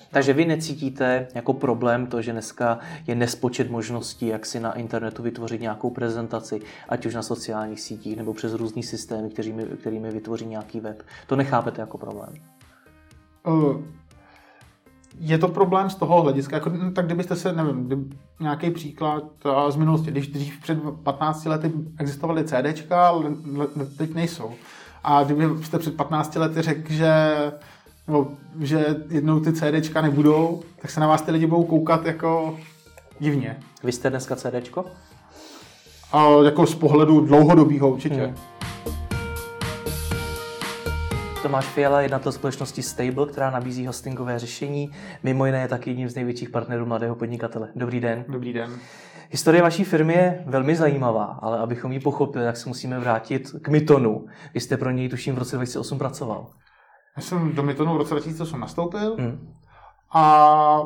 Takže vy necítíte jako problém to, že dneska je nespočet možností, jak si na internetu vytvořit nějakou prezentaci, ať už na sociálních sítích nebo přes různý systémy, kterými vytvoří nějaký web. To nechápete jako problém? Je to problém z toho hlediska, jako, tak kdybyste se, nevím, nějaký příklad z minulosti, když dřív před 15 lety existovaly CDčka, ale teď nejsou. A kdybyste před 15 lety řekl, že jednou ty CDčka nebudou, tak se na vás ty lidi budou koukat jako divně. Vy jste dneska CDčko? A jako z pohledu dlouhodobýho určitě. Tomáš Fiala je jednatel společnosti Stable, která nabízí hostingové řešení. Mimo jiné je taky jedním z největších partnerů mladého podnikatele. Dobrý den. Dobrý den. Historie vaší firmy je velmi zajímavá, ale abychom ji pochopili, tak se musíme vrátit k Mytonu. Vy jste pro něj, tuším, v roce 2008 pracoval. Já jsem do Mytonu v roce 2008 nastoupil a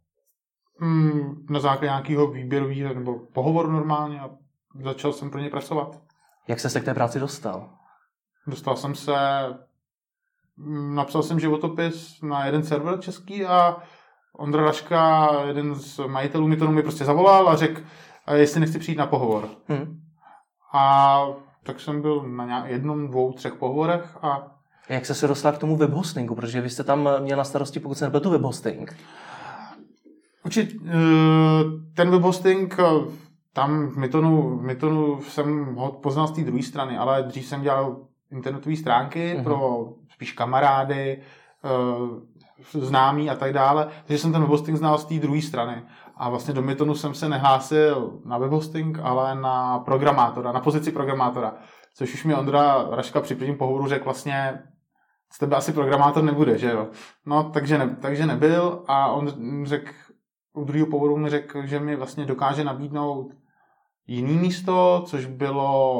na základě nějakého výběrového nebo pohovoru normálně a začal jsem pro něj pracovat. Jak jste se k té práci dostal? Dostal jsem se, napsal jsem životopis na jeden server český a Ondra Raška, jeden z majitelů Mytonu, mi prostě zavolal a řekl, jestli nechci přijít na pohovor. A tak jsem byl na jednom, 2, 3 pohovorech a jak jste se dostal k tomu webhostingu? Protože vy jste tam měl na starosti, pokud se nepletu, webhosting. Určitě ten webhosting, tam v Mytonu jsem ho poznal z té druhé strany, ale dřív jsem dělal internetové stránky pro spíš kamarády, známí a tak dále, takže jsem ten webhosting znal z té druhé strany. A vlastně do Mytonu jsem se nehlásil na webhosting, ale na programátora, na pozici programátora. Což už mi Ondra Raška při prvním pohovoru řekl vlastně, z tebe asi programátor nebude, že jo? No, takže nebyl a on řekl, u druhého pohovoru mi řekl, že mi vlastně dokáže nabídnout jiný místo, což bylo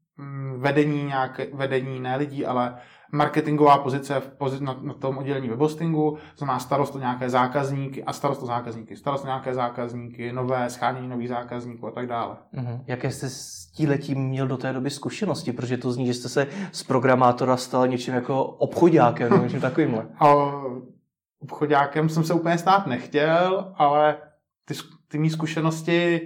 vedení ne lidí, ale marketingová pozice na tom oddělení webhostingu, to má starost o nějaké zákazníky a starost o nějaké zákazníky, nové schánění nových zákazníků a tak dále. Jaké jste s tímhletím měl do té doby zkušenosti? Protože to zní, že jste se z programátora stal něčím jako obchoďákem nebo něčím takovýmhle. Obchoďákem jsem se úplně stát nechtěl, ale ty mý zkušenosti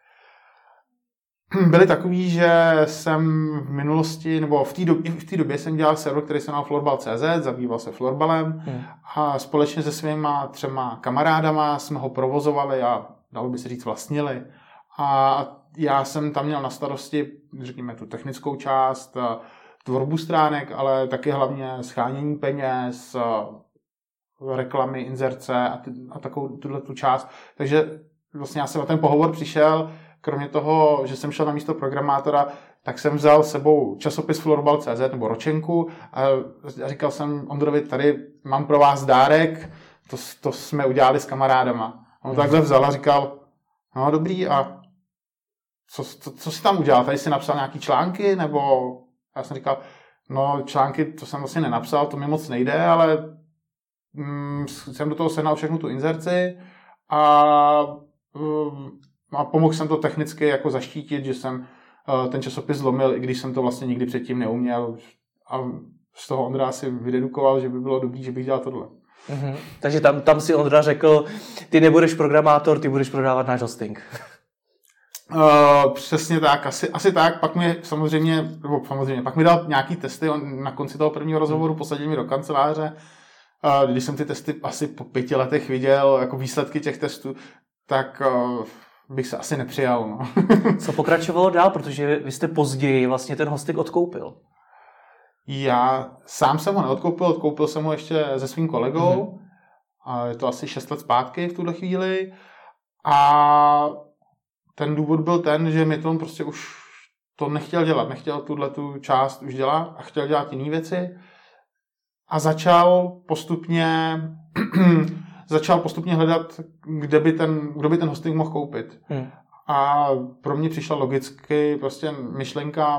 byly takový, že jsem v minulosti, nebo v té době jsem dělal server, který se jmenoval Florbal.cz, zabýval se florbalem a společně se svýma 3 kamarádama jsme ho provozovali a dalo by se říct vlastnili. A já jsem tam měl na starosti, řekněme, tu technickou část, tvorbu stránek, ale taky hlavně schánění peněz, reklamy, inzerce a takovou tu část. Takže vlastně já jsem na ten pohovor přišel, kromě toho, že jsem šel na místo programátora, tak jsem vzal sebou časopis Florbal.cz nebo ročenku a říkal jsem Ondrovi, tady mám pro vás dárek, to jsme udělali s kamarádama. A on takhle vzal a říkal, no dobrý, a co jsi tam udělal? Tady jsi napsal nějaký články? Nebo já jsem říkal, no články, to jsem vlastně nenapsal, to mi moc nejde, ale jsem do toho sehnal všechnu tu inzerci a pomohl jsem to technicky jako zaštítit, že jsem ten časopis zlomil, i když jsem to vlastně nikdy předtím neuměl. A z toho Ondra asi vydedukoval, že by bylo dobrý, že bych dělal tohle. Takže tam si Ondra řekl, ty nebudeš programátor, ty budeš prodávat náš hosting. Přesně tak, asi tak. Pak mi dal nějaký testy, on na konci toho prvního rozhovoru posadil mi do kanceláře. Když jsem ty testy asi po 5 letech viděl, jako výsledky těch testů, tak bych se asi nepřijal. No. Co pokračovalo dál, protože vy jste později vlastně ten hosting odkoupil? Já sám jsem ho neodkoupil, odkoupil jsem ho ještě se svým kolegou. A je to asi 6 let zpátky v tuhle chvíli. A ten důvod byl ten, že mi to prostě už to nechtěl dělat. Nechtěl tu část už dělat a chtěl dělat jiné věci. A začal postupně hledat, kdo by ten hosting mohl koupit. A pro mě přišla logicky prostě myšlenka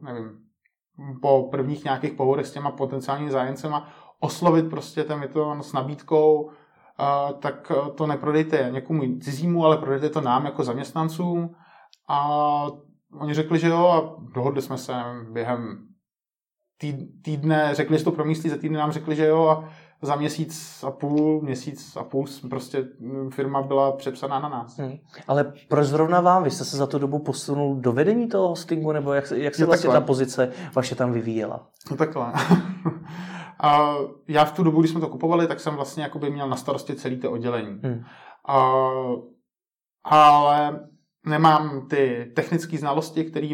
po prvních nějakých pohovorech s těma potenciálními zájemcema oslovit prostě ten Myton s nabídkou, tak to neprodejte někomu cizímu, ale prodejte to nám jako zaměstnancům. A oni řekli, že jo, a dohodli jsme se během týdne, řekli, že to promyslí, za týdny nám řekli, že jo, za měsíc a půl prostě firma byla přepsaná na nás. Ale proč zrovna vám? Vy jste se za tu dobu posunul do vedení toho hostingu, nebo jak se vlastně ta pozice vaše tam vyvíjela? No takhle. A já v tu dobu, když jsme to kupovali, tak jsem vlastně jakoby měl na starosti celé to oddělení. Ale nemám ty technické znalosti, který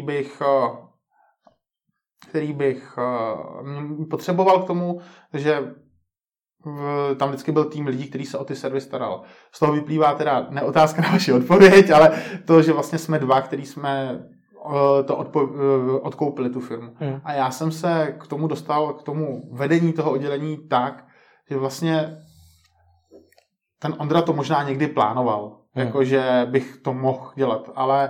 bych potřeboval k tomu, že tam vždycky byl tým lidí, který se o ty servery staral. Z toho vyplývá teda neotázka na vaši odpověď, ale to, že vlastně jsme dva, který jsme to odkoupili tu firmu. A já jsem se k tomu dostal, k tomu vedení toho oddělení tak, že vlastně ten Ondra to možná někdy plánoval, jakože bych to mohl dělat, ale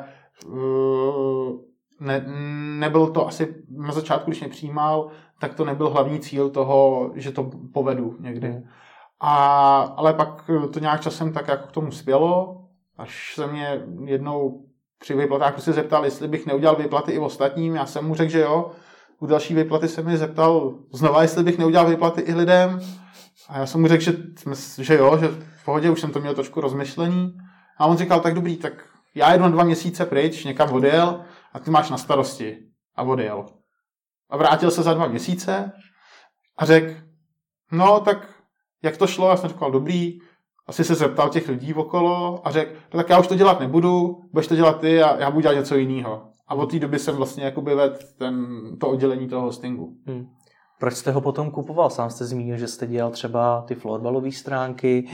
nebyl to asi na začátku, když mě přijímal, tak to nebyl hlavní cíl toho, že to povedu někdy. Ale pak to nějak časem tak jako k tomu spělo, až se mě jednou při vyplatách prostě zeptal, jestli bych neudělal výplaty i ostatním. Já jsem mu řekl, že jo. U další výplaty se mi zeptal znova, jestli bych neudělal výplaty i lidem. A já jsem mu řekl, že jo, že v pohodě, už jsem to měl trošku rozmyšlený. A on říkal, tak dobrý, tak já jedu na 2 měsíce pryč, někam odjel a ty máš na starosti. A odjel. A vrátil se za 2 měsíce a řekl, no tak jak to šlo? Já jsem říkal, dobrý. Asi se zeptal těch lidí okolo a řekl, no tak já už to dělat nebudu, budeš to dělat ty a já budu dělat něco jiného. A od té doby jsem vlastně jakoby vedl to oddělení toho hostingu. Proč jste ho potom kupoval? Sám jste zmínil, že jste dělal třeba ty florbalové stránky.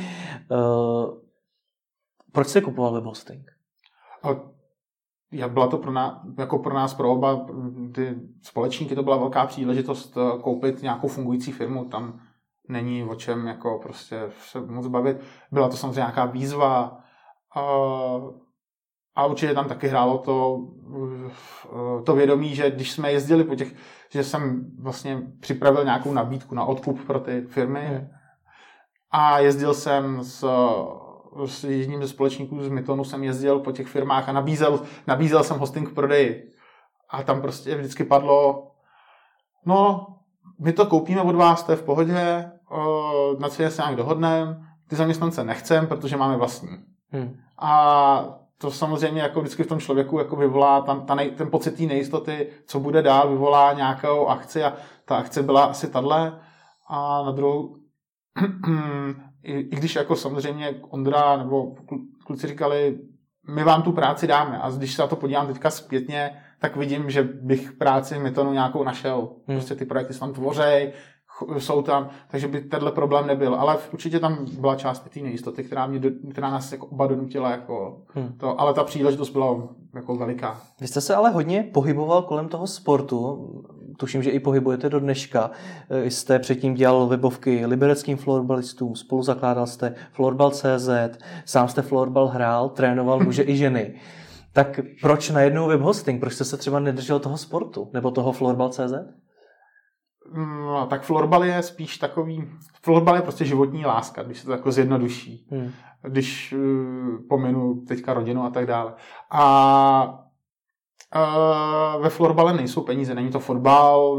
Proč jste kupoval web hosting? Byla to pro nás, pro oba ty společníky, to byla velká příležitost koupit nějakou fungující firmu. Tam není o čem jako prostě se moc bavit. Byla to samozřejmě nějaká výzva a určitě tam taky hrálo to vědomí, že když jsme jezdili že jsem vlastně připravil nějakou nabídku na odkup pro ty firmy a jezdil jsem s jedním ze společníků z Mytonu jsem jezdil po těch firmách a nabízel jsem hosting k prodeji. A tam prostě vždycky padlo, no, my to koupíme od vás, to je v pohodě, na co se nějak dohodneme, ty zaměstnance nechcem, protože máme vlastní. A to samozřejmě jako vždycky v tom člověku jako vyvolá ten pocit té nejistoty, co bude dál, vyvolá nějakou akci a ta akce byla asi tahle. A na druhou, i když jako samozřejmě Ondra nebo kluci říkali, my vám tu práci dáme a když se na to podívám teďka zpětně, tak vidím, že bych práci Mytonu nějakou našel. Prostě ty projekty se tam tvořejí, jsou tam, takže by tenhle problém nebyl. Ale určitě tam byla část té nejistoty, která nás jako oba donutila. Jako ale ta příležitost byla jako veliká. Vy jste se ale hodně pohyboval kolem toho sportu. Tuším, že i pohybujete do dneška. Jste předtím dělal webovky libereckým florbalistům, spoluzakládal jste Florbal.cz, sám jste florbal hrál, trénoval muže i ženy. Tak proč najednou webhosting? Proč jste se třeba nedržel toho sportu? Nebo toho Florbal.cz? No, tak florbal je spíš takový... Florbal je prostě životní láska, když se to jako zjednoduší. Když pominu teďka rodinu a tak dále. A ve florbale nejsou peníze. Není to fotbal,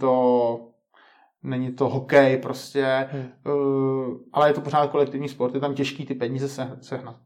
není to hokej prostě, ale je to pořád kolektivní sport. Je tam těžký ty peníze sehnat.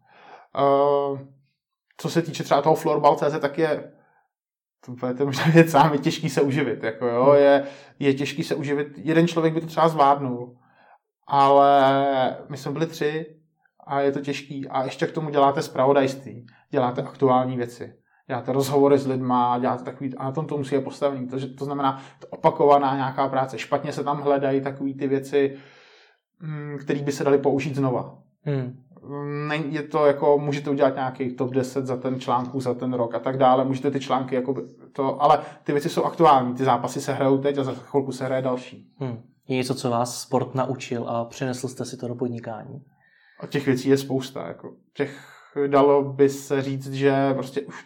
Co se týče třeba toho Florbal.cz, tak je to budete možná vědět sám, je těžký se uživit. Jako jo, je těžký se uživit. Jeden člověk by to třeba zvládnul, ale my jsme byli 3 a je to těžký. A ještě k tomu děláte zpravodajství, děláte aktuální věci, děláte rozhovory s lidma, děláte takový, a na tom to musí být postavený. To znamená to opakovaná nějaká práce. Špatně se tam hledají takové ty věci, které by se daly použít znova. Je to jako, můžete udělat nějaký top 10 za ten článku, za ten rok a tak dále, můžete ty články jako to, ale ty věci jsou aktuální, ty zápasy se hrajou teď a za chvilku se hraje další. Je něco, co vás sport naučil a přinesl jste si to do podnikání? A těch věcí je spousta, jako dalo by se říct, že prostě už v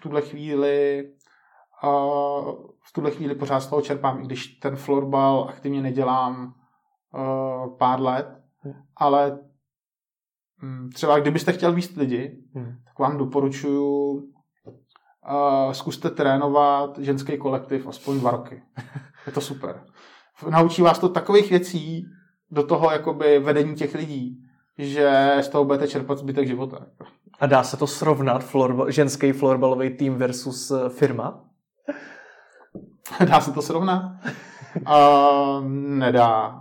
tuhle chvíli pořád z toho čerpám, i když ten florbal aktivně nedělám pár let, ale třeba kdybyste chtěl víc lidi, tak vám doporučuji zkuste trénovat ženský kolektiv aspoň 2 roky. Je to super. Naučí vás to takových věcí, do toho jakoby vedení těch lidí, že z toho budete čerpat zbytek života. A dá se to srovnat, ženský florbalový tým versus firma? Dá se to srovnat? Nedá.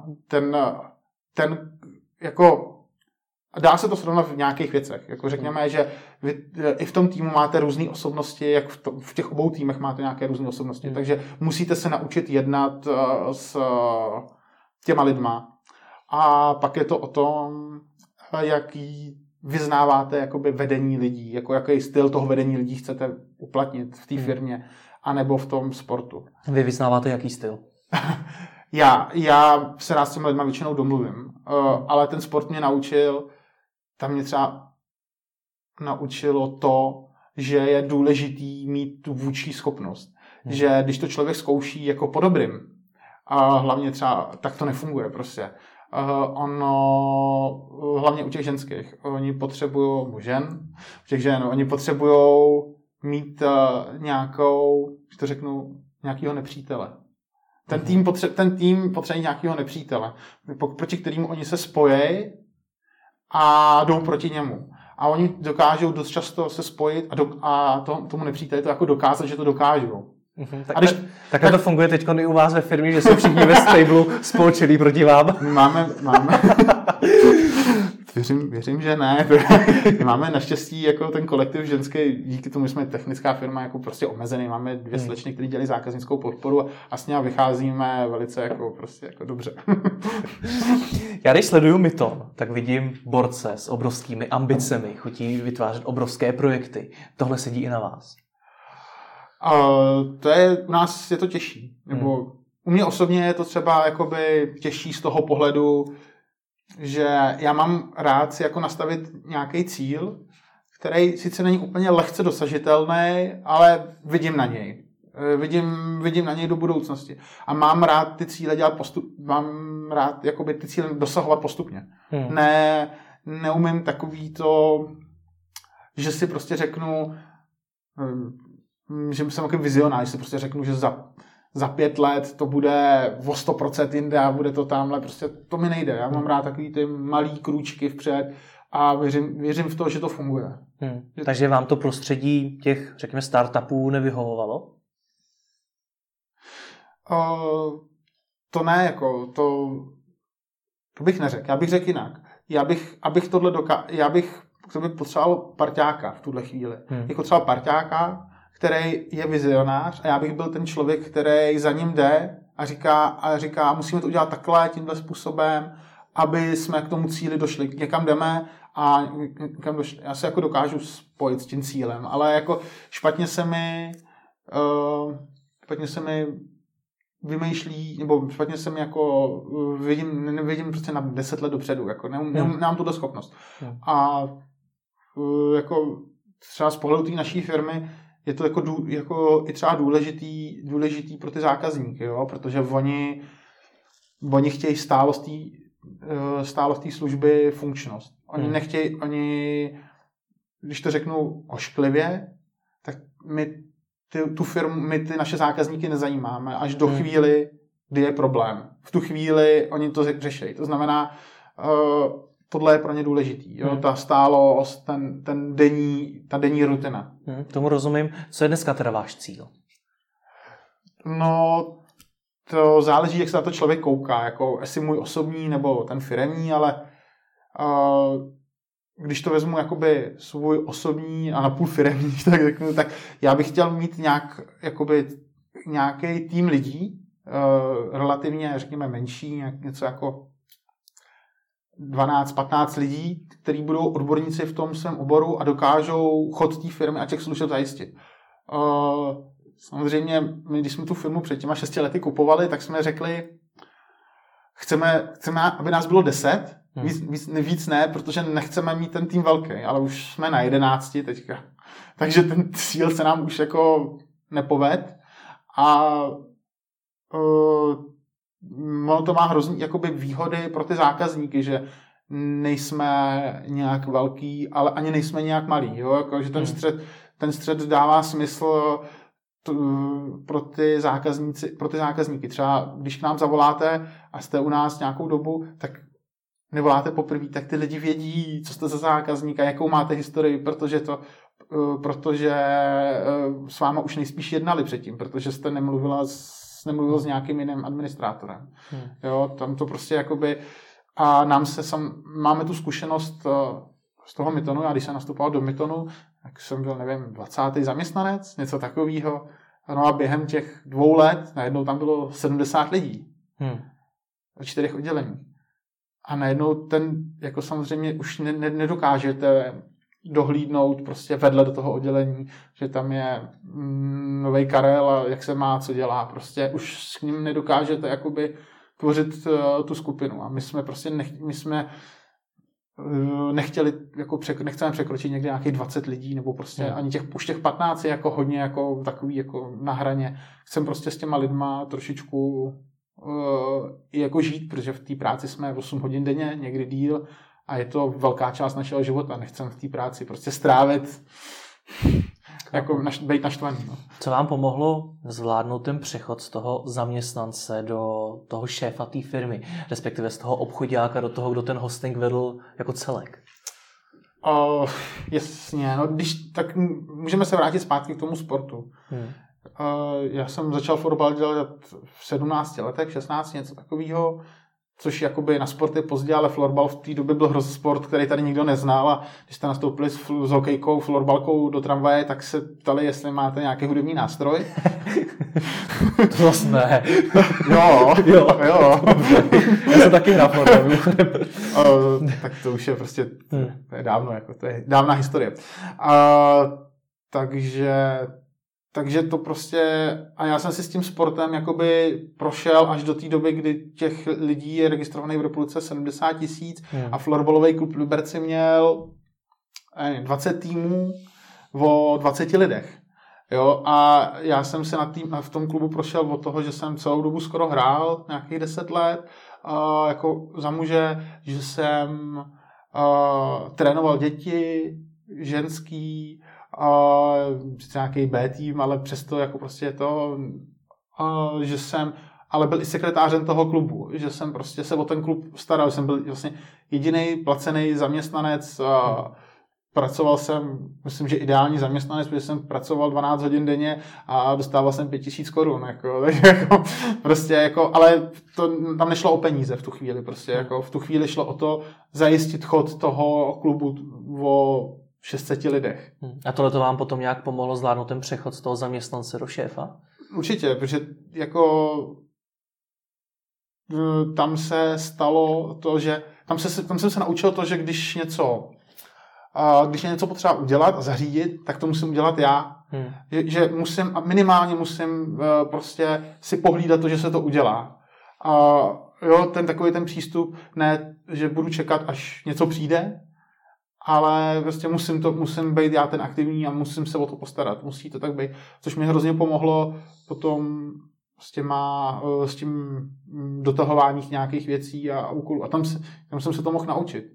Dá se to srovnat v nějakých věcech. Jako řekněme, že vy i v tom týmu máte různé osobnosti, jak v těch obou týmech máte nějaké různé osobnosti. Takže musíte se naučit jednat s těma lidma. A pak je to o tom, jaký vyznáváte jakoby vedení lidí, jako jaký styl toho vedení lidí chcete uplatnit v té firmě, anebo v tom sportu. Vy vyznáváte jaký styl? Já se rád s těmi lidmi většinou domluvím, ale ten sport mě naučil, tam mě třeba naučilo to, že je důležitý mít tu vůdčí schopnost. Že když to člověk zkouší jako po dobrým, a hlavně třeba tak to nefunguje prostě. Hlavně u těch ženských, oni potřebují oni potřebují mít nějakého nepřítele. Ten tým potřebuje nějakého nepřítele, proti kterému oni se spojí a jdou proti němu. A oni dokážou dost často se spojit a tomu nepříteli to jako dokázat, že to dokážou. Takhle to funguje teď i u vás ve firmě, že jsou všichni ve stablu spolčilí proti vám? Máme. Věřím, že ne. Máme naštěstí jako ten kolektiv ženský, díky tomu, že jsme technická firma jako prostě omezený. Máme 2 slečny, které dělají zákaznickou podporu a s ním vycházíme velice jako dobře. Já když sleduju Myton, tak vidím borce s obrovskými ambicemi, chutí vytvářet obrovské projekty. Tohle sedí i na vás. U nás je to těžší. Nebo u mě osobně je to třeba jakoby těžší z toho pohledu, že já mám rád si jako nastavit nějaký cíl, který sice není úplně lehce dosažitelný, ale vidím na něj. Vidím na něj do budoucnosti. A mám rád ty cíle mám rád jakoby ty cíle dosahovat postupně. Neumím takový to, že si prostě řeknu, že jsem takový vizionář, že si prostě řeknu, že za 5 let to bude o 100% jinde a bude to tamhle, prostě to mi nejde. Já mám rád takový ty malý krůčky vpřed a věřím v to, že to funguje. Takže vám to prostředí těch, řekněme, startupů nevyhovovalo? To ne, jako to bych neřekl. Já bych řekl jinak. Já bych potřeboval parťáka v tuhle chvíli. Jako třeba parťáka, který je vizionář a já bych byl ten člověk, který za ním jde a říká musíme to udělat takhle, tímhle způsobem, aby jsme k tomu cíli došli. Někam jdeme a někam došli. Já se jako dokážu spojit s tím cílem, ale jako špatně se mi vymýšlí, nebo špatně se mi jako vidím prostě na 10 let dopředu. Jako nemám tuhle schopnost. A jako třeba z pohledu té naší firmy je to jako i třeba důležitý pro ty zákazníky, jo? Protože oni chtějí stálost té služby, funkčnost. Oni nechtějí, když to řeknu ošklivě, tak my ty naše zákazníky nezajímáme až do chvíli, kdy je problém. V tu chvíli oni to řeší. To znamená, tohle je pro ně důležitý. Jo? Ta stálost, ta denní rutina. Tomu rozumím. Co je dneska teda váš cíl? No, to záleží, jak se na to člověk kouká. Jako jestli můj osobní nebo ten firemní, ale když to vezmu jakoby svůj osobní a napůl firemní, tak já bych chtěl mít nějaký tým lidí, relativně, řekněme, menší, něco jako 12-15 lidí, kteří budou odborníci v tom svém oboru a dokážou chod té firmy a těch služeb zajistit. Samozřejmě, my, když jsme tu firmu před těma 6 lety kupovali, tak jsme řekli, chceme, aby nás bylo 10, víc ne, protože nechceme mít ten tým velký, ale už jsme na 11 teďka. Takže ten cíl se nám už jako nepoved a ono to má hrozný jakoby výhody pro ty zákazníky, že nejsme nějak velký, ale ani nejsme nějak malý. Jo? Jako, že ten střed dává smysl pro ty zákazníky. Třeba když k nám zavoláte a jste u nás nějakou dobu, tak nevoláte poprvé, tak ty lidi vědí, co jste za zákazníka, jakou máte historii, protože s váma už nejspíš jednali předtím, protože jste nemluvil s nějakým jiným administrátorem. Jo, tam to prostě jakoby... A máme tu zkušenost z toho Mytonu. Já když jsem nastupoval do Mytonu, tak jsem byl, nevím, 20. zaměstnanec, něco takového. No a během těch 2 let najednou tam bylo 70 lidí. V 4 oddělení. A najednou jako samozřejmě už nedokážete dohlídnout prostě vedle do toho oddělení, že tam je novej Karel a jak se má, co dělá. Prostě už s ním nedokážete jakoby tvořit tu skupinu. A my jsme prostě nechtěli, jako nechceme překročit někde nějakých 20 lidí, nebo prostě ani už těch 15 je jako hodně jako takový jako na hraně. Chcem prostě s těma lidma trošičku i jako žít, protože v té práci jsme 8 hodin denně, někdy díl, a je to velká část našeho života. Nechcem v té práci prostě strávit, jako být naštvaný. No. Co vám pomohlo zvládnout ten přechod z toho zaměstnance do toho šéfa té firmy, respektive z toho obchoďáka do toho, kdo ten hosting vedl jako celek? Jasně, no tak můžeme se vrátit zpátky k tomu sportu. Já jsem začal florbal dělat v 17 letech, 16, něco takového, což jakoby na sport je pozdě, ale florbal v té době byl hrozný sport, který tady nikdo neznal, a když jste nastoupili s hokejkou, florbalkou do tramvaje, tak se ptali, jestli máte nějaký hudební nástroj. To vlastně ne. Jo. Já jsem taky hrál florbal. Tak to už je prostě, to je dávno, jako, to je dávná historie. Takže to prostě, a já jsem si s tím sportem jakoby prošel až do té doby, kdy těch lidí je registrovaných v republice 70 000 a florbalový klub v Liberci měl 20 týmů o 20 lidech. Jo, a já jsem se v tom klubu prošel od toho, že jsem celou dobu skoro hrál, nějakých 10 let, jako za muže, že jsem trénoval děti, ženský, sice nějaký B tým, ale přesto jako prostě to, že jsem ale byl i sekretářem toho klubu, že jsem prostě se o ten klub staral, jsem byl vlastně jediný placený zaměstnanec, pracoval jsem, myslím, že ideální zaměstnanec, protože jsem pracoval 12 hodin denně a dostával jsem 5 000 korun, jako, takže jako, prostě jako, ale to, tam nešlo o peníze v tu chvíli, prostě jako v tu chvíli šlo o to zajistit chod toho klubu o 600 lidech. A tohle to vám potom nějak pomohlo zvládnout ten přechod z toho zaměstnance do šéfa? Určitě, protože jako tam se stalo to, že tam jsem se naučil to, že když je něco potřeba udělat a zařídit, tak to musím udělat já. Že minimálně musím prostě si pohlídat to, že se to udělá. Jo, takový ten přístup, ne, že budu čekat, až něco přijde, ale prostě musím být já ten aktivní a musím se o to postarat. Musí to tak být. Což mi hrozně pomohlo potom s tím dotahováním nějakých věcí a úkolů. A tam jsem se to mohl naučit.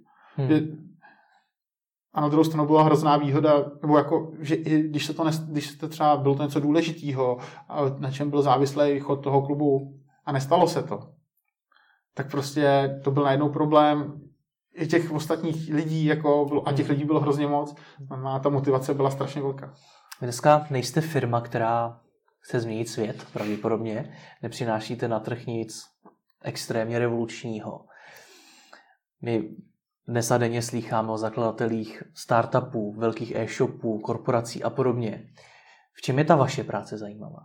A na druhou stranu byla hrozná výhoda, nebo jako, že i když se třeba bylo to něco důležitého, na čem byl závislý chod toho klubu a nestalo se to, tak prostě to byl najednou problém. I těch ostatních lidí, a těch lidí bylo hrozně moc, a ta motivace byla strašně velká. Vy dneska nejste firma, která chce změnit svět, pravděpodobně. Nepřinášíte na trh nic extrémně revolučního. My dnes a denně slýcháme o zakladatelích startupů, velkých e-shopů, korporací a podobně. V čem je ta vaše práce zajímavá?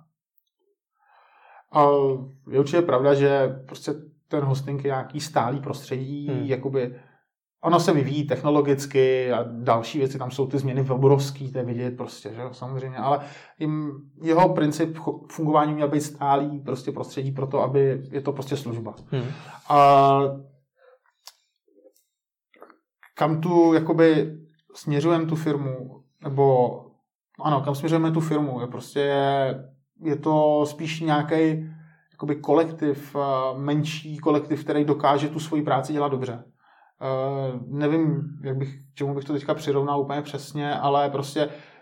Je určitě pravda, že prostě ten hosting je nějaký stálý prostředí, jakoby ono se vyvíjí technologicky a další věci, tam jsou ty změny obrovský, to je vidět prostě, že samozřejmě, ale jeho princip fungování měl být stálý prostě prostředí pro to, aby je to prostě služba. A kam tu jakoby směřujeme tu firmu, nebo ano, kam směřujeme tu firmu, je to spíš nějaký jakoby kolektiv, menší kolektiv, který dokáže tu svoji práci dělat dobře. Nevím, čemu bych to teďka přirovnal úplně přesně, ale prostě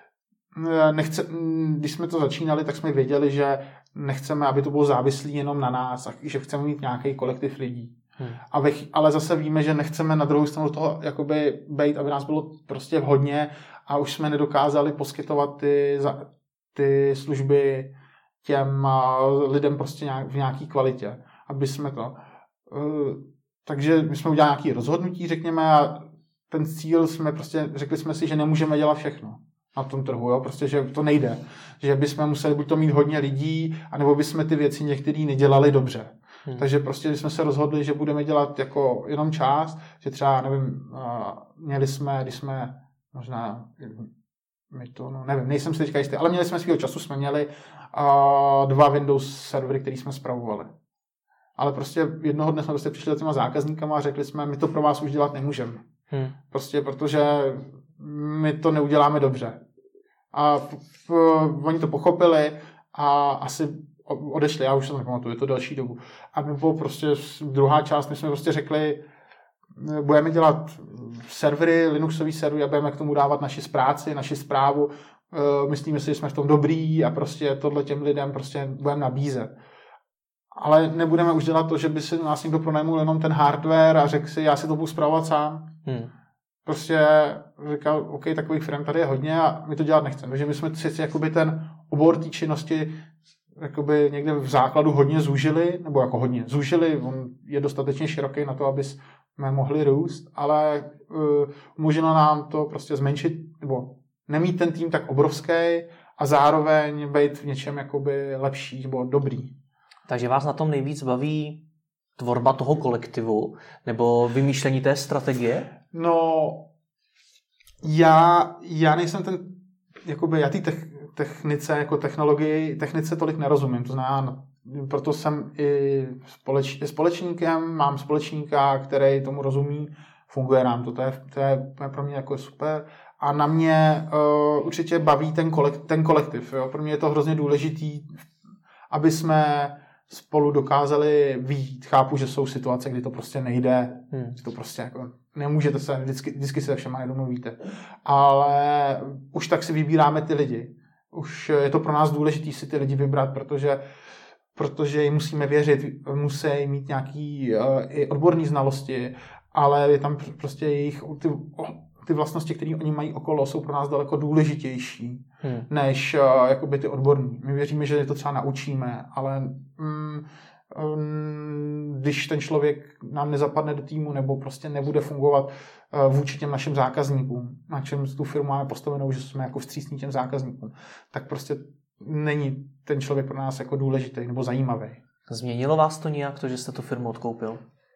když jsme to začínali, tak jsme věděli, že nechceme, aby to bylo závislé jenom na nás a že chceme mít nějaký kolektiv lidí. Ale zase víme, že nechceme na druhou stranu toho jakoby bejt, aby nás bylo prostě hodně a už jsme nedokázali poskytovat ty služby těm lidem prostě v nějaký kvalitě, aby jsme to. Takže my jsme udělali nějaké rozhodnutí, řekněme, a ten cíl řekli jsme si, že nemůžeme dělat všechno na tom trhu, jo? Prostě, že to nejde. Že bychom museli buď to mít hodně lidí, anebo bychom ty věci některý nedělali dobře. Takže prostě jsme se rozhodli, že budeme dělat jako jenom část, že třeba, nevím, měli jsme, když jsme možná, nevím, nejsem si teďka jistý, ale měli jsme svýho času, jsme měli 2 Windows servery, který jsme spravovali. Ale prostě jednoho dne jsme prostě přišli za těma zákazníkama a řekli jsme, my to pro vás už dělat nemůžeme. Prostě protože my to neuděláme dobře. A oni to pochopili a asi odešli, já už se nepamatuju, je to další dobu. A nebo prostě druhá část, my jsme prostě řekli, budeme dělat servery, Linuxový servery a budeme k tomu dávat naši práci, naši správu. Myslíme si, že jsme v tom dobrý a prostě tohle těm lidem prostě budeme nabízet. Ale nebudeme už dělat to, že by si nás někdo pronajmul jenom ten hardware a řekl si, já si to budu spravovat sám. Prostě říkal, OK, takových firm tady je hodně a my to dělat nechceme. Takže my jsme si jakoby ten obor té činnosti jakoby někde v základu hodně zúžili, nebo jako hodně zúžili, on je dostatečně široký na to, aby jsme mohli růst, ale umožnilo nám to prostě zmenšit, nebo nemít ten tým tak obrovský a zároveň být v něčem jakoby lepší nebo dobrý. Takže vás na tom nejvíc baví tvorba toho kolektivu nebo vymýšlení té strategie? No, já nejsem ten, jakoby já té technice, jako technice tolik nerozumím, to znamená, proto jsem i společníkem, mám společníka, který tomu rozumí, funguje nám to je pro mě jako super a na mě určitě baví ten kolektiv, jo? Pro mě je to hrozně důležitý, aby jsme spolu dokázali vyjít. Chápu, že jsou situace, kdy to prostě nejde, že to prostě jako nemůžete se, vždycky se všema nedomluvíte. Ale už tak si vybíráme ty lidi. Už je to pro nás důležité si ty lidi vybrat, protože jim musíme věřit, musí mít nějaký i odborné znalosti, ale je tam prostě jejich ty vlastnosti, které oni mají okolo, jsou pro nás daleko důležitější než jakoby ty odborní. My věříme, že je to třeba naučíme, ale když ten člověk nám nezapadne do týmu nebo prostě nebude fungovat vůči těm našim zákazníkům, na čem tu firmu máme postavenou, že jsme jako vstřícní těm zákazníkům, tak prostě není ten člověk pro nás jako důležitý nebo zajímavý. Změnilo vás to nějak, to, že jste tu firmu odkoupil?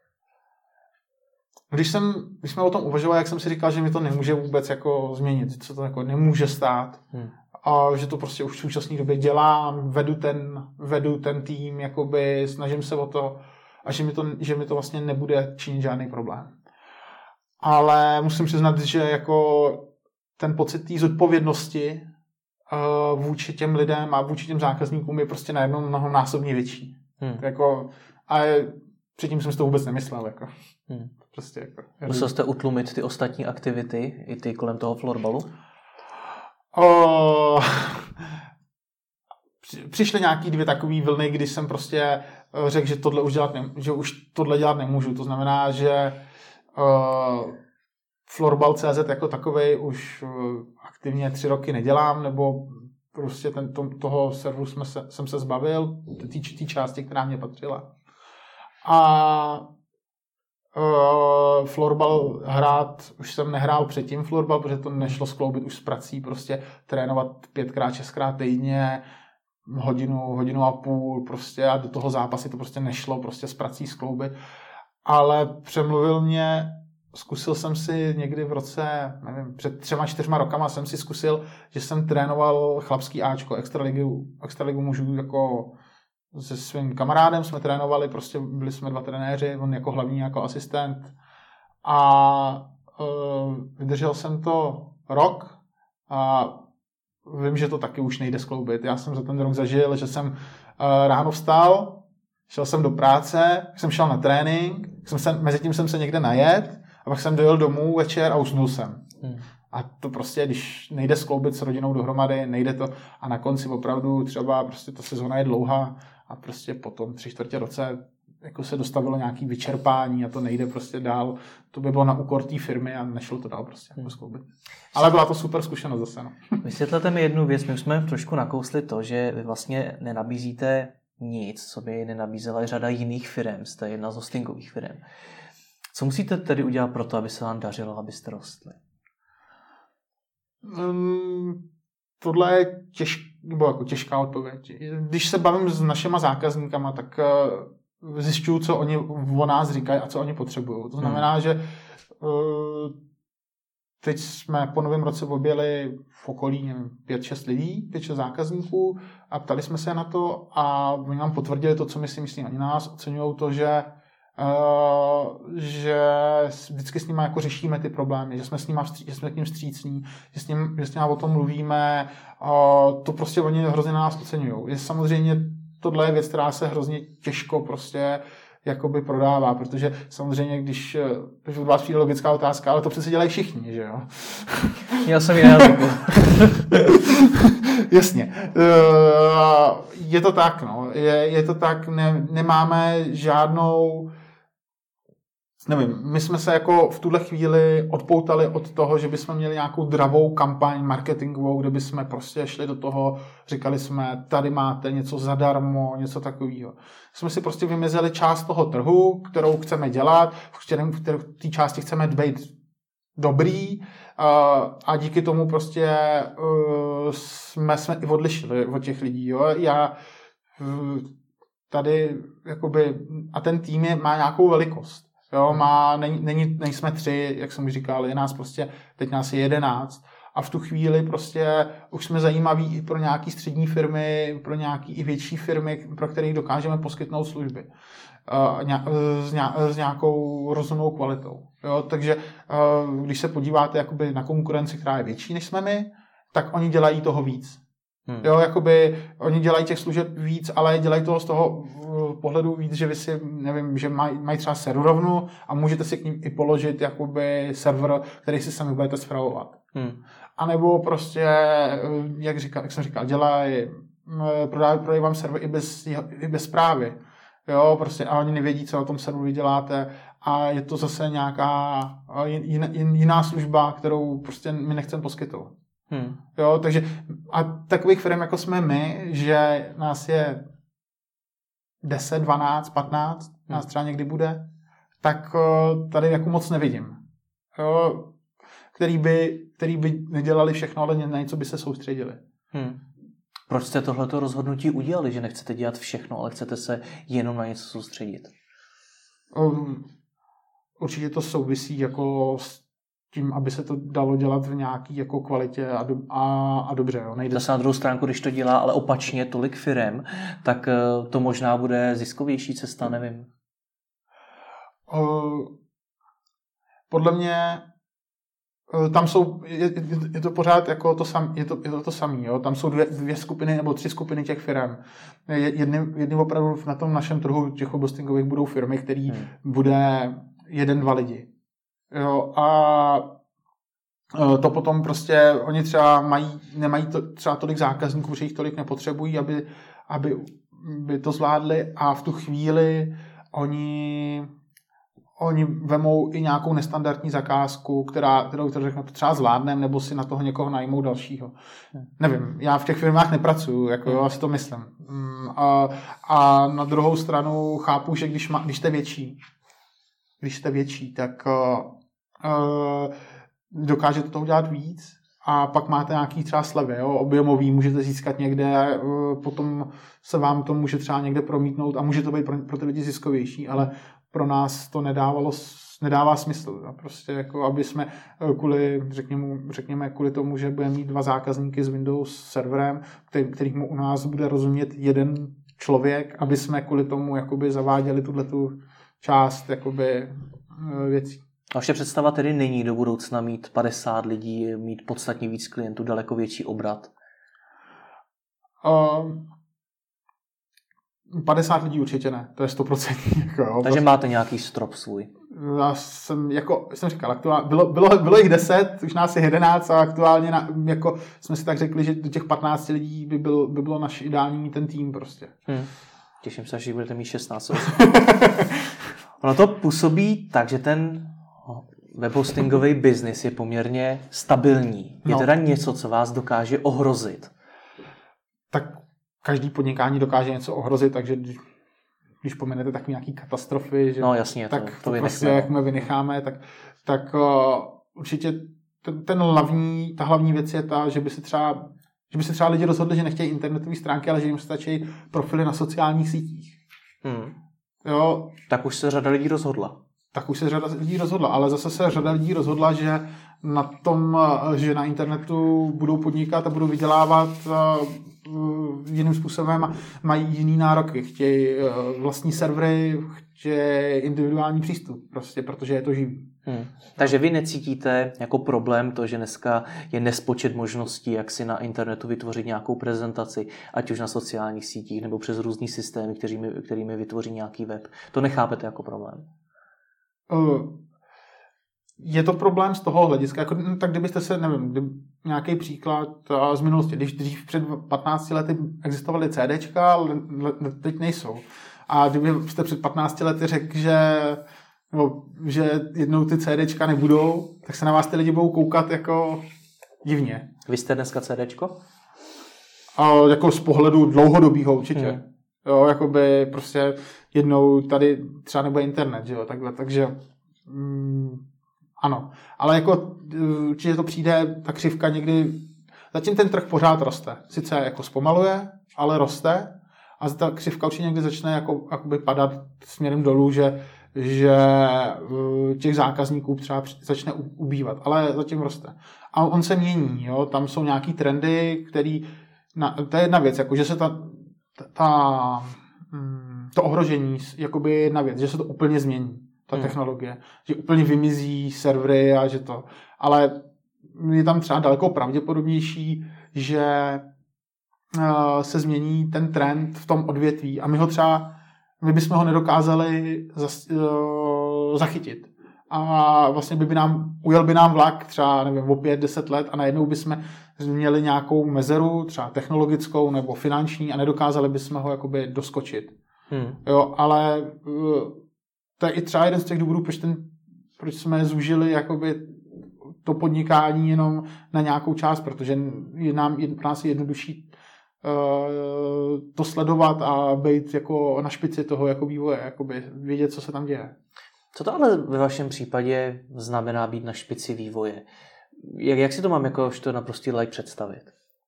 Když jsme o tom uvažovali, jak jsem si říkal, že mi to nemůže vůbec jako změnit, co to jako nemůže stát. A že to prostě už v současné době dělám, vedu ten tým, jakoby snažím se o to a že mi to vlastně nebude činit žádný problém. Ale musím přiznat, že jako ten pocit té zodpovědnosti vůči těm lidem a vůči těm zákazníkům je prostě najednou mnohonásobně větší. Jako, a předtím jsem si to vůbec nemyslel. Jako. Prostě jako, musel jste utlumit ty ostatní aktivity, i ty kolem toho florbalu? Přišly nějaký 2 takové vlny, kdy jsem prostě řekl, že už tohle dělat nemůžu. To znamená, že Florbal.cz jako takovej už aktivně 3 roky nedělám, nebo prostě toho serveru jsem se zbavil, té části, která mě patřila. A florbal hrát, už jsem nehrál předtím florbal, protože to nešlo skloubit už s prací, prostě trénovat 5x, 6x týdně, hodinu a půl prostě a do toho zápasy to prostě nešlo prostě s prací skloubit. Ale přemluvil mě, zkusil jsem si někdy v roce, nevím, před 3-4 rokama jsem si zkusil, že jsem trénoval chlapský Ačko, extraligu mužů jako se svým kamarádem jsme trénovali, prostě byli jsme 2 trenéři, on jako hlavní, jako asistent a vydržel jsem to rok a vím, že to taky už nejde skloubit. Já jsem za ten rok zažil, že jsem ráno vstal, šel jsem do práce, jsem šel na trénink, mezi tím jsem se někde najet a pak jsem dojel domů večer a usnul jsem. A to prostě, když nejde skloubit s rodinou dohromady, nejde to a na konci opravdu třeba prostě ta sezona je dlouhá a prostě potom 3/4 roce jako se dostavilo nějaké vyčerpání a to nejde prostě dál. To by bylo na úkor té firmy a nešlo to dál prostě jako skloubit. Ale byla to super zkušenost zase. No. Vysvětlete mi jednu věc, my už jsme trošku nakousli to, že vy vlastně nenabízíte nic, co by nenabízela řada jiných firm, jste jedna z hostingových firm. Co musíte tedy udělat pro to, aby se vám dařilo, abyste rostli? Tohle je těžká odpověď. Když se bavím s našima zákazníkama, tak zjišťuju, co oni o nás říkají a co oni potřebují. To znamená, že teď jsme po novém roce objeli v okolí 5-6 lidí, 5-6 zákazníků a ptali jsme se na to a oni nám potvrdili to, co my si myslíme. Oni nás oceňují to, že vždycky s nimi jako řešíme ty problémy, že jsme k ním vstřícní, že s nimi o tom mluvíme. To prostě oni hrozně na nás oceňují. Je samozřejmě tohle je věc, která se hrozně těžko prostě jakoby prodává, protože samozřejmě, když od vás přijde logická otázka, ale to přece dělají všichni, že jo? Já jsem jiná dobu. Jasně. Je to tak, no. Je to tak, nemáme žádnou nevím, my jsme se jako v tuhle chvíli odpoutali od toho, že bychom měli nějakou dravou kampaň marketingovou, kde bychom prostě šli do toho, říkali jsme, tady máte něco zadarmo, něco takového. Jsme si prostě vymezili část toho trhu, kterou chceme dělat, v té části chceme být dobrý a díky tomu prostě jsme i odlišili od těch lidí. Jo. Já tady jakoby, a ten tým má nějakou velikost. Jo, nejsme 3, jak jsem už říkal, je nás prostě, teď nás je 11 a v tu chvíli prostě už jsme zajímaví i pro nějaký střední firmy, pro nějaký i větší firmy, pro kterých dokážeme poskytnout služby s nějakou rozumnou kvalitou. Jo, takže když se podíváte jakoby na konkurenci, která je větší než jsme my, tak oni dělají toho víc. Jo, jakoby oni dělají těch služeb víc, ale dělají toho z toho pohledu víc, že vy si, nevím, že mají třeba serverovnu a můžete si k ním i položit jakoby server, který si sami budete spravovat. A nebo prostě, jak jsem říkal, prodají vám server i bez správy. Jo, prostě a oni nevědí, co o tom serveru děláte a je to zase nějaká jiná služba, kterou prostě my nechceme poskytovat. Jo, takže a takových firm, jako jsme my, že nás je 10, 12, 15, nás třeba někdy bude, tak tady jako moc nevidím. Jo, který by nedělali všechno, ale na něco by se soustředili. Proč jste tohleto rozhodnutí udělali, že nechcete dělat všechno, ale chcete se jenom na něco soustředit? Určitě to souvisí jako s tím, aby se to dalo dělat v nějaký jako kvalitě a dobře. Jo. Nejde Zase na druhou stránku, když to dělá, ale opačně tolik firem, tak to možná bude ziskovější cesta, nevím. Podle mě tam jsou, je to pořád jako to samé, je to samý, jo. Tam jsou dvě skupiny nebo 3 skupiny těch firm. Jedny opravdu na tom našem trhu těch hostingových budou firmy, který bude 1-2 lidi. Jo, a to potom prostě oni třeba nemají třeba tolik zákazníků, že jich tolik nepotřebují, aby to zvládli a v tu chvíli oni vemou i nějakou nestandardní zakázku, kterou řeknou, třeba zvládnem, nebo si na toho někoho najmou dalšího. Nevím, já v těch firmách nepracuju, jako já si to myslím. A na druhou stranu chápu, že když jste větší, tak dokážete toho dělat víc a pak máte nějaký třeba slevy, jo, objemový, můžete získat někde, potom se vám to může třeba někde promítnout a může to být pro ty lidi ziskovější, ale pro nás to nedává smysl. Jo. Prostě jako, aby jsme řekněme kvůli tomu, že budeme mít 2 zákazníky s Windows serverem, kterých u nás bude rozumět jeden člověk, aby jsme kvůli tomu jakoby zaváděli tuhletu část jakoby věcí. A vaše představa tedy není do budoucna mít 50 lidí, mít podstatně víc klientů, daleko větší obrat? 50 lidí určitě ne, to je 100%. Jako, takže máte nějaký strop svůj. Já jsem říkal, bylo jich 10, už nás je 11 a aktuálně jako jsme si tak řekli, že do těch 15 lidí by bylo naš ideální mít ten tým prostě. Těším se, že budete mít 16. Ono to působí tak, že ten webhostingový biznis je poměrně stabilní. Je teda něco, co vás dokáže ohrozit. Tak každý podnikání dokáže něco ohrozit, takže když pomenete tak nějaký katastrofy, že jasně, tak to prostě jak my vynecháme, tak určitě ta hlavní věc je ta, že by se třeba lidi rozhodli, že nechtějí internetové stránky, ale že jim stačí profily na sociálních sítích. Jo. Tak už se řada lidí rozhodla. Ale zase se řada lidí rozhodla, že na tom, že na internetu budou podnikat a budou vydělávat jiným způsobem a mají jiný nároky. Chtějí vlastní servery, chtějí individuální přístup, prostě, protože je to živý. Takže vy necítíte jako problém to, že dneska je nespočet možností, jak si na internetu vytvořit nějakou prezentaci, ať už na sociálních sítích nebo přes různý systémy, kterými vytvoří nějaký web. To nechápete jako problém? Je to problém z toho hlediska, jako, tak kdybyste se, nějaký příklad z minulosti, když dřív před 15 lety existovaly CDčka, ale teď nejsou. A kdybyste před 15 lety řekl, že jednou ty CDčka nebudou, tak se na vás ty lidi budou koukat jako divně. Vy jste dneska CDčko? Jako z pohledu dlouhodobýho určitě. Jo, jakoby prostě jednou tady třeba nebude internet, že jo, takhle, takže ano. Ale jako určitě to přijde, ta křivka někdy, zatím ten trh pořád roste. Sice jako zpomaluje, ale roste a ta křivka určitě někdy začne jakoby padat směrem dolů, že těch zákazníků třeba začne ubývat, ale zatím roste. A on se mění, jo, tam jsou nějaký trendy, to je jedna věc, jako že se to ohrožení jakoby je jedna věc, že se to úplně změní, ta technologie, že úplně vymizí servery a že to, ale je tam třeba daleko pravděpodobnější, že se změní ten trend v tom odvětví a my bychom ho nedokázali zachytit. A vlastně ujel by nám vlak třeba, nevím, o 5-10 let a najednou bychom měli nějakou mezeru, třeba technologickou nebo finanční a nedokázali bychom ho jakoby doskočit. Jo, ale to je i třeba jeden z těch důvodů, proč jsme zúžili jakoby to podnikání jenom na nějakou část, protože pro nás je jednodušší to sledovat a být jako na špici toho jako vývoje, jakoby vědět, co se tam děje. Co to ale ve vašem případě znamená být na špici vývoje? Jak si to mám jakožto naprostý like představit?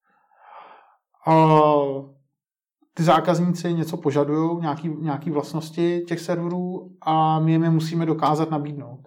Ty zákazníci něco požadují, nějaký vlastnosti těch serverů a my je musíme dokázat nabídnout.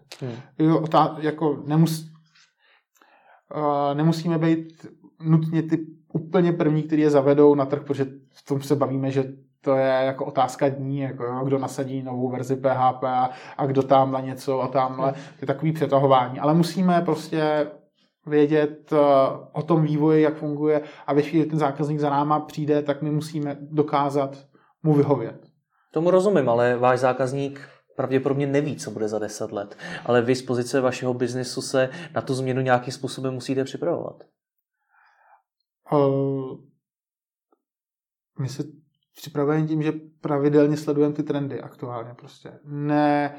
Nemusíme být nutně ty úplně první, který je zavedou na trh, protože v tom se bavíme, že to je jako otázka dní, jako kdo nasadí novou verzi PHP a kdo tamhle něco a tamhle. Je takový přetahování. Ale musíme prostě vědět o tom vývoji, jak funguje a ve chvíli, ten zákazník za náma přijde, tak my musíme dokázat mu vyhovět. Tomu rozumím, ale váš zákazník pravděpodobně neví, co bude za 10 let. Ale vy z pozice vašeho biznesu se na tu změnu nějakým způsobem musíte připravovat. My se připravujeme tím, že pravidelně sledujeme ty trendy aktuálně prostě. Ne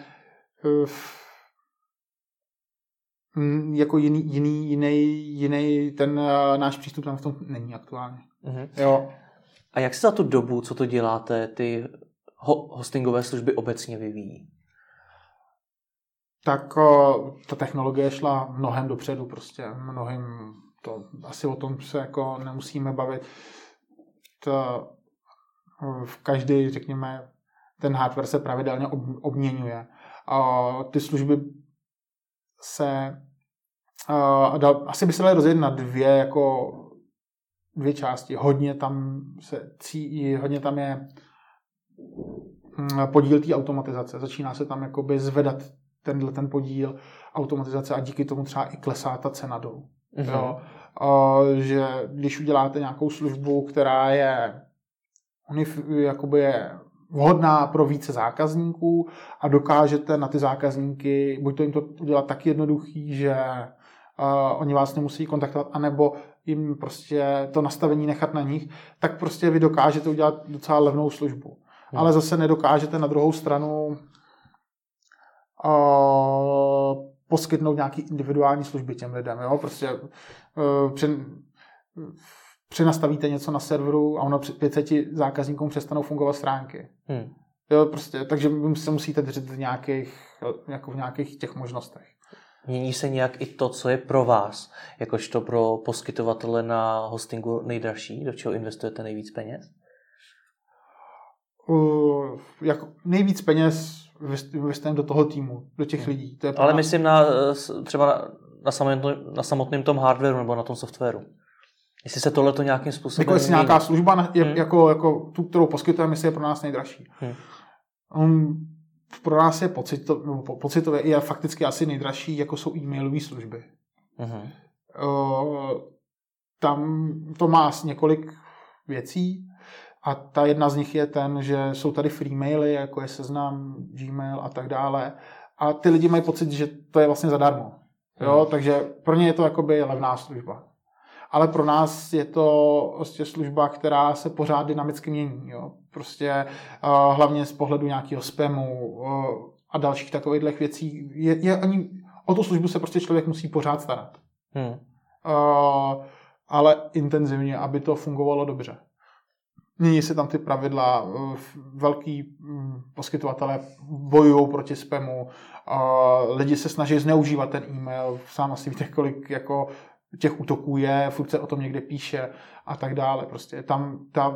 jako jiný ten náš přístup tam v tom není aktuálně. Jo. A jak se za tu dobu, co to děláte, ty hostingové služby obecně vyvíjí? Tak ta technologie šla mnohem dopředu prostě. Asi o tom se jako nemusíme bavit. V každý, řekněme, ten hardware se pravidelně obměňuje. Ty služby asi by se daly rozdělit na dvě části. Hodně tam je podíl té automatizace. Začíná se tam jakoby zvedat ten podíl automatizace a díky tomu třeba i klesá ta cena dolů. Jo? Že když uděláte nějakou službu, která je vhodná pro více zákazníků a dokážete na ty zákazníky, buď to jim to udělat tak jednoduchý, že oni vás nemusí kontaktovat, anebo jim prostě to nastavení nechat na nich, tak prostě vy dokážete udělat docela levnou službu. Ale zase nedokážete na druhou stranu poskytnout nějaký individuální služby těm lidem. Jo? Prostě přenastavíte něco na serveru a ono 500 zákazníkům přestanou fungovat stránky. Jo, prostě, takže se musíte držet v nějakých těch možnostech. Mění se nějak i to, co je pro vás, jakožto pro poskytovatele na hostingu nejdražší, do čeho investujete nejvíc peněz? Jako nejvíc peněz investujeme do toho týmu, do těch lidí. To je ale myslím třeba na samotném tom hardwareu nebo na tom softwaru. Jestli se tohleto nějakým způsobem... Jako jestli nějaká služba, jako tu, kterou poskytujeme, jestli je pro nás nejdražší. Pro nás je pocitově je fakticky asi nejdražší, jako jsou e-mailové služby. Tam to má asi několik věcí a ta jedna z nich je ten, že jsou tady free maily, jako je Seznam, Gmail a tak dále. A ty lidi mají pocit, že to je vlastně zadarmo. Jo? Takže pro ně je to jakoby levná služba. Ale pro nás je to prostě služba, která se pořád dynamicky mění. Jo? Prostě hlavně z pohledu nějakého spamu a dalších takových věcí. O tu službu se prostě člověk musí pořád starat. Ale intenzivně, aby to fungovalo dobře. Mění se tam ty pravidla, velký poskytovatelé bojují proti spamu, lidi se snaží zneužívat ten e-mail, sám asi víte, kolik jako těch útoků je, furt se o tom někde píše a tak dále. Prostě tam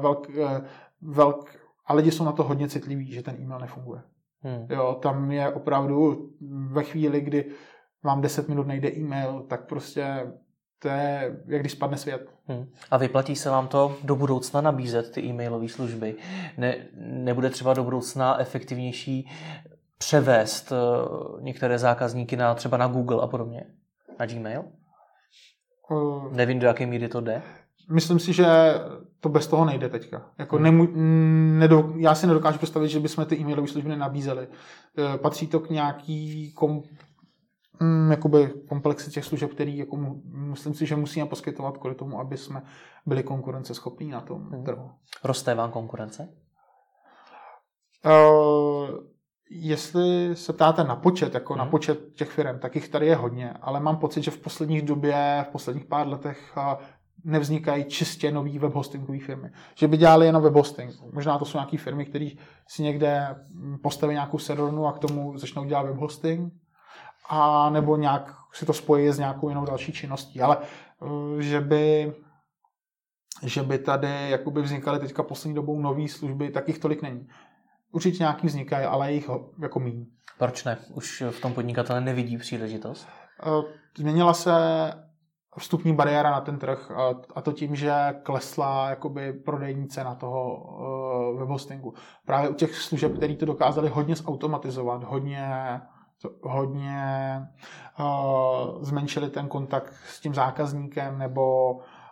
a lidi jsou na to hodně citliví, že ten e-mail nefunguje. Jo, tam je opravdu ve chvíli, kdy vám 10 minut nejde e-mail, tak prostě to je, jak když spadne svět. A vyplatí se vám to do budoucna nabízet ty e-mailové služby? Nebude třeba do budoucna efektivnější převést některé zákazníky třeba na Google a podobně? Na Gmail? Nevím, do jaké míry to jde. Myslím si, že to bez toho nejde teďka. Jako já si nedokážu představit, že bychom ty e-mailové služby nenabízeli. Patří to k nějaký komplexy těch služeb, který jako myslím si, že musíme poskytovat kvůli tomu, aby jsme byli konkurenceschopní na tom trhu. Roste vám konkurence? Jestli se ptáte na počet, jako na počet těch firm, tak jich tady je hodně, ale mám pocit, že v posledních pár letech nevznikají čistě nový webhostingové firmy. Že by dělali jenom webhosting. Možná to jsou nějaké firmy, které si někde postaví nějakou servernu a k tomu začnou dělat webhosting, a nebo nějak si to spojí s nějakou jinou další činností. Ale že by tady jakoby vznikaly teďka poslední dobou nové služby, tak jich tolik není. Určitě nějaký vznikají, ale jich jako míň. Proč ne? Už v tom podnikatele nevidí příležitost? Změnila se vstupní bariéra na ten trh a to tím, že klesla jakoby prodejní cena toho webhostingu. Právě u těch služeb, které to dokázali hodně zautomatizovat, hodně zmenšili ten kontakt s tím zákazníkem nebo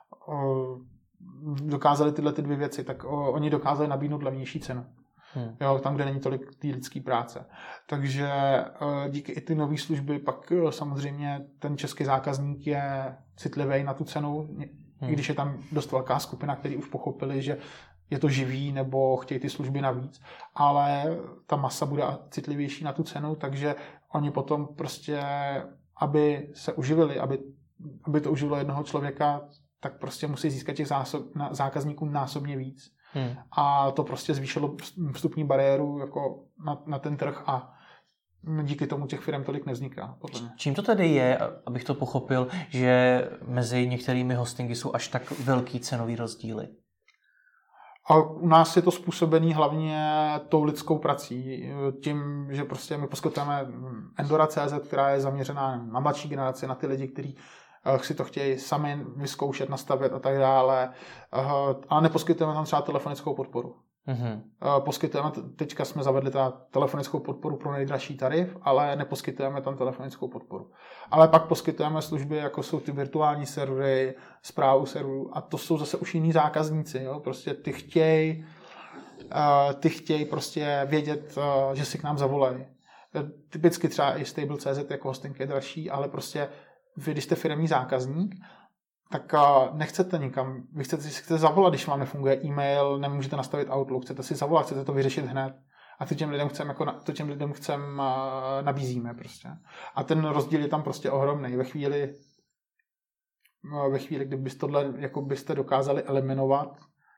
dokázali tyhle ty dvě věci, tak oni dokázali nabídnout levnější cenu. Jo, tam, kde není tolik té lidské práce. Takže díky i ty nové služby pak samozřejmě ten český zákazník je citlivý na tu cenu, i když je tam dost velká skupina, kteří už pochopili, že je to živý nebo chtějí ty služby navíc, ale ta masa bude citlivější na tu cenu, takže oni potom prostě, aby se uživili, aby to uživilo jednoho člověka, tak prostě musí získat těch zákazníků násobně víc. A to prostě zvýšilo vstupní bariéru jako na ten trh a díky tomu těch firm tolik nevzniká. Čím to tedy je, abych to pochopil, že mezi některými hostingy jsou až tak velký cenový rozdíly? A u nás je to způsobený hlavně tou lidskou prací. Tím, že prostě my poskytujeme Endora.cz, která je zaměřená na mladší generaci, na ty lidi, kteří si to chtějí sami vyzkoušet, nastavit a tak dále. A neposkytujeme tam třeba telefonickou podporu. Poskytujeme, teďka jsme zavedli telefonickou podporu pro nejdražší tarif, ale neposkytujeme tam telefonickou podporu. Ale pak poskytujeme služby, jako jsou ty virtuální servery, správu serverů a to jsou zase už jiní zákazníci. Jo? Prostě ty chtějí ty chtějí prostě vědět, že si k nám zavolají. Typicky třeba i Stable.cz jako hosting je dražší, ale prostě vy, když jste firemní zákazník, tak nechcete nikam. Vy chcete zavolat, když vám nefunguje e-mail, nemůžete nastavit Outlook, chcete si zavolat, chcete to vyřešit hned. A to těm lidem chcem nabízíme prostě. A ten rozdíl je tam prostě ohromný. Ve chvíli, kdybyste tohle jako byste dokázali eliminovat,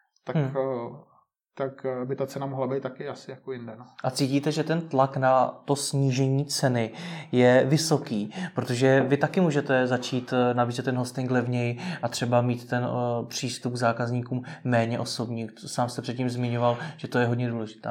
tak by ta cena mohla být taky asi jako jinde. No. A cítíte, že ten tlak na to snížení ceny je vysoký, protože vy taky můžete začít nabízet ten hosting levněji a třeba mít ten přístup k zákazníkům méně osobní. Sám jste předtím zmiňoval, že to je hodně důležité.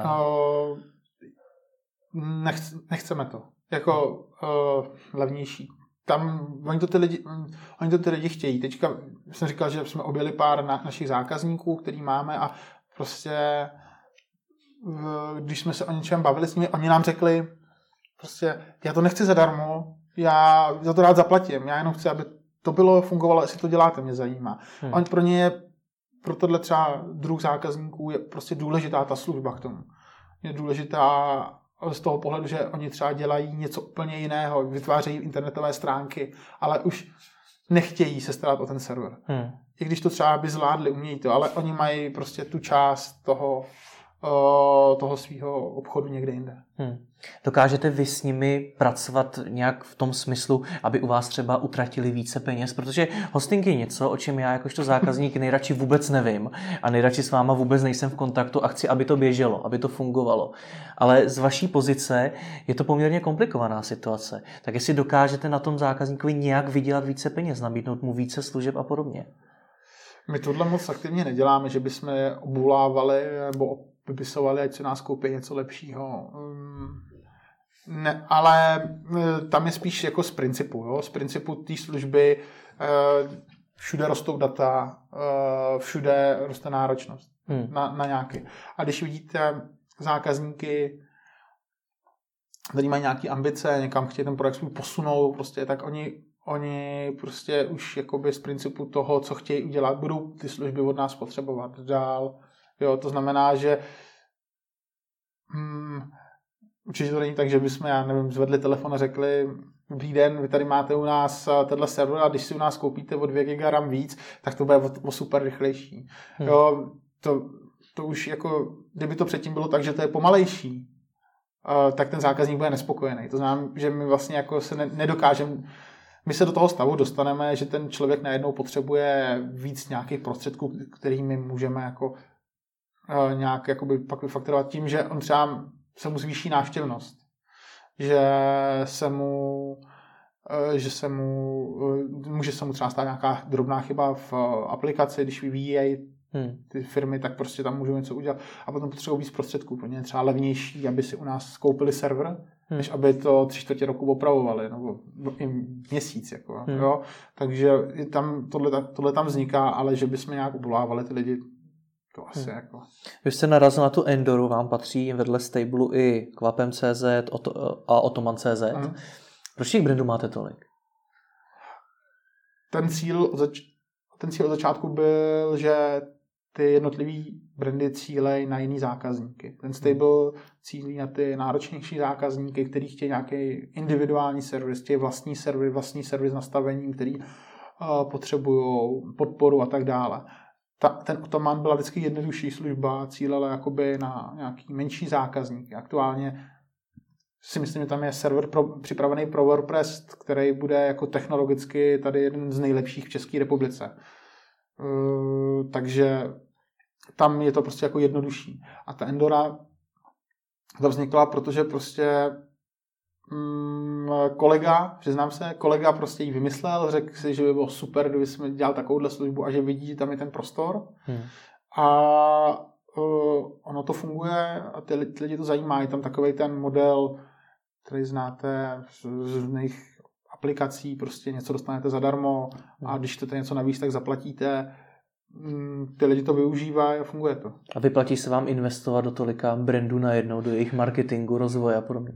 Nechceme to. Jako levnější. Tam oni to ty lidi chtějí. Teďka jsem říkal, že jsme objeli pár našich zákazníků, který máme a prostě když jsme se o něčem bavili s nimi, oni nám řekli prostě, já to nechci zadarmo, já za to rád zaplatím, já jenom chci, aby to bylo, fungovalo, jestli to děláte, mě zajímá. On pro ně pro tohle třeba druh zákazníků je prostě důležitá ta služba k tomu. Je důležitá z toho pohledu, že oni třeba dělají něco úplně jiného, vytvářejí internetové stránky, ale už nechtějí se starat o ten server. I když to třeba by zvládli, umějí to, ale oni mají prostě tu část toho svého obchodu někde jinde. Dokážete vy s nimi pracovat nějak v tom smyslu, aby u vás třeba utratili více peněz? Protože hosting je něco, o čem já jakožto zákazník nejradši vůbec nevím a nejradši s váma vůbec nejsem v kontaktu a chci, aby to běželo, aby to fungovalo. Ale z vaší pozice je to poměrně komplikovaná situace. Tak jestli dokážete na tom zákazníkovi nějak vydělat více peněz, nabídnout mu více služeb a podobně. My tohle moc aktivně neděláme, že bychom je obvolávali nebo vypisovali, ať se nás koupí něco lepšího. Ne, ale tam je spíš jako z principu. Jo? Z principu té služby všude rostou data, všude roste náročnost na nějaký. A když vidíte zákazníky, kteří mají nějaké ambice, někam chtějí ten projekt svůj posunout, prostě, tak oni prostě už jakoby z principu toho, co chtějí udělat, budou ty služby od nás potřebovat dál. Jo, to znamená, že určitě to není tak, že bychom, já nevím, zvedli telefon a řekli, dobrý den, vy tady máte u nás tenhle server a když si u nás koupíte o 2 GB RAM víc, tak to bude o super rychlejší. Jo, to už jako, kdyby to předtím bylo tak, že to je pomalejší, tak ten zákazník bude nespokojený. To znamená, že my vlastně jako se nedokážeme. My se do toho stavu dostaneme, že ten člověk najednou potřebuje víc nějakých prostředků, kterými můžeme jako nějak jakoby pak vyfaktorovat tím, že on třeba se mu zvýší návštěvnost. Může se mu třeba stát nějaká drobná chyba v aplikaci, když vyvíjejí ty firmy, tak prostě tam můžou něco udělat. A potom potřebují víc prostředků. Pro ně je třeba levnější, aby si u nás skoupili server, než aby to 3/4 roku opravovali, nebo i měsíc. Jako, jo? Takže tam, tohle tam vzniká, ale že bychom nějak obvolávali ty lidi, to asi jako. Vy jste narazil na tu Endoru, vám patří vedle Stable i Kvapem.cz a Otoman.cz. Proč těch brandů máte tolik? Ten cíl od začátku byl, že ty jednotlivý brandy cílejí na jiný zákazníky. Ten Stable cílí na ty náročnější zákazníky, kteří chtějí nějaký individuální servis, chtějí vlastní servis s nastavením, který potřebují podporu a tak dále. Ten Otoman byla vždycky jednodušší služba, cílela jakoby na nějaký menší zákazníky. Aktuálně si myslím, že tam je server připravený pro WordPress, který bude jako technologicky tady jeden z nejlepších v České republice. Takže tam je to prostě jako jednodušší. A ta Endora ta vznikla, protože prostě kolega prostě ji vymyslel, řekl si, že by bylo super, kdyby jsme dělali takovouhle službu a že vidí, že tam je ten prostor. A ono to funguje a ty lidi to zajímá. Je tam takovej ten model, který znáte z různých aplikací, prostě něco dostanete zadarmo a když chcete něco navíc, tak zaplatíte. Ty lidi to využívají a funguje to. A vyplatí se vám investovat do tolika brandů najednou, do jejich marketingu, rozvoje a podobně?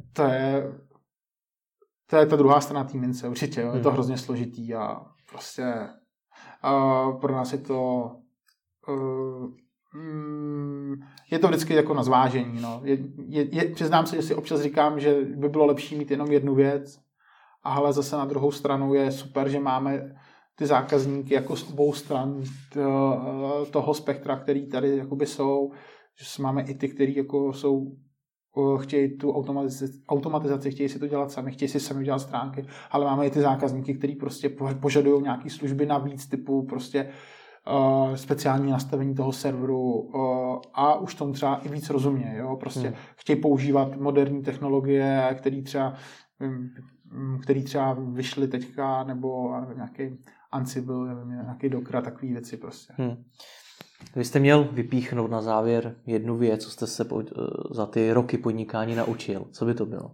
To je ta druhá strana té mince, určitě. Jo. Je to hrozně složitý a prostě pro nás je to je to vždycky jako na zvážení. No. Přiznám se, že si občas říkám, že by bylo lepší mít jenom jednu věc, ale zase na druhou stranu je super, že máme ty zákazníky jako z obou stran toho spektra, který tady jakoby jsou, že máme i ty, kteří jako chtějí tu automatizaci, chtějí si to dělat sami, chtějí si sami dělat stránky, ale máme i ty zákazníky, kteří prostě požadují nějaké služby navíc, typu prostě speciální nastavení toho serveru a už tomu třeba i víc rozumějí. Jo? Prostě chtějí používat moderní technologie, který třeba vyšly teďka, nebo nějaký Ansible, nějaký Docker, takové věci prostě. Vy jste měl vypíchnout na závěr jednu věc, co jste se za ty roky podnikání naučil. Co by to bylo?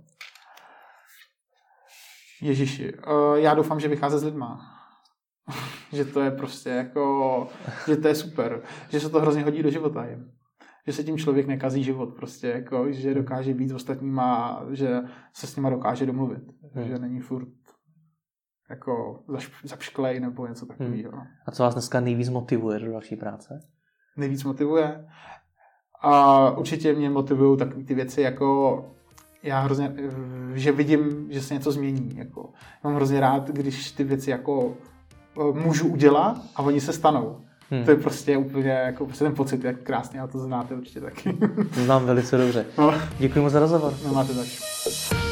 Ježiši, já doufám, že vycházet s lidma. Že to je prostě jako, že to je super. Že se to hrozně hodí do života jim. Že se tím člověk nekazí život prostě, jako, že dokáže být s ostatníma, že se s nima dokáže domluvit. Že není furt jako zapšklej nebo něco takového. A co vás dneska nejvíc motivuje do další práce? Nejvíc motivuje? A určitě mě motivují takové ty věci, jako já hrozně, že vidím, že se něco změní. Jako, mám hrozně rád, když ty věci jako můžu udělat a oni se stanou. To je prostě úplně jako prostě ten pocit, jak krásně, a to znáte určitě taky. To znám velice dobře. No. Děkuji moc za rozhovor. No, máte tak.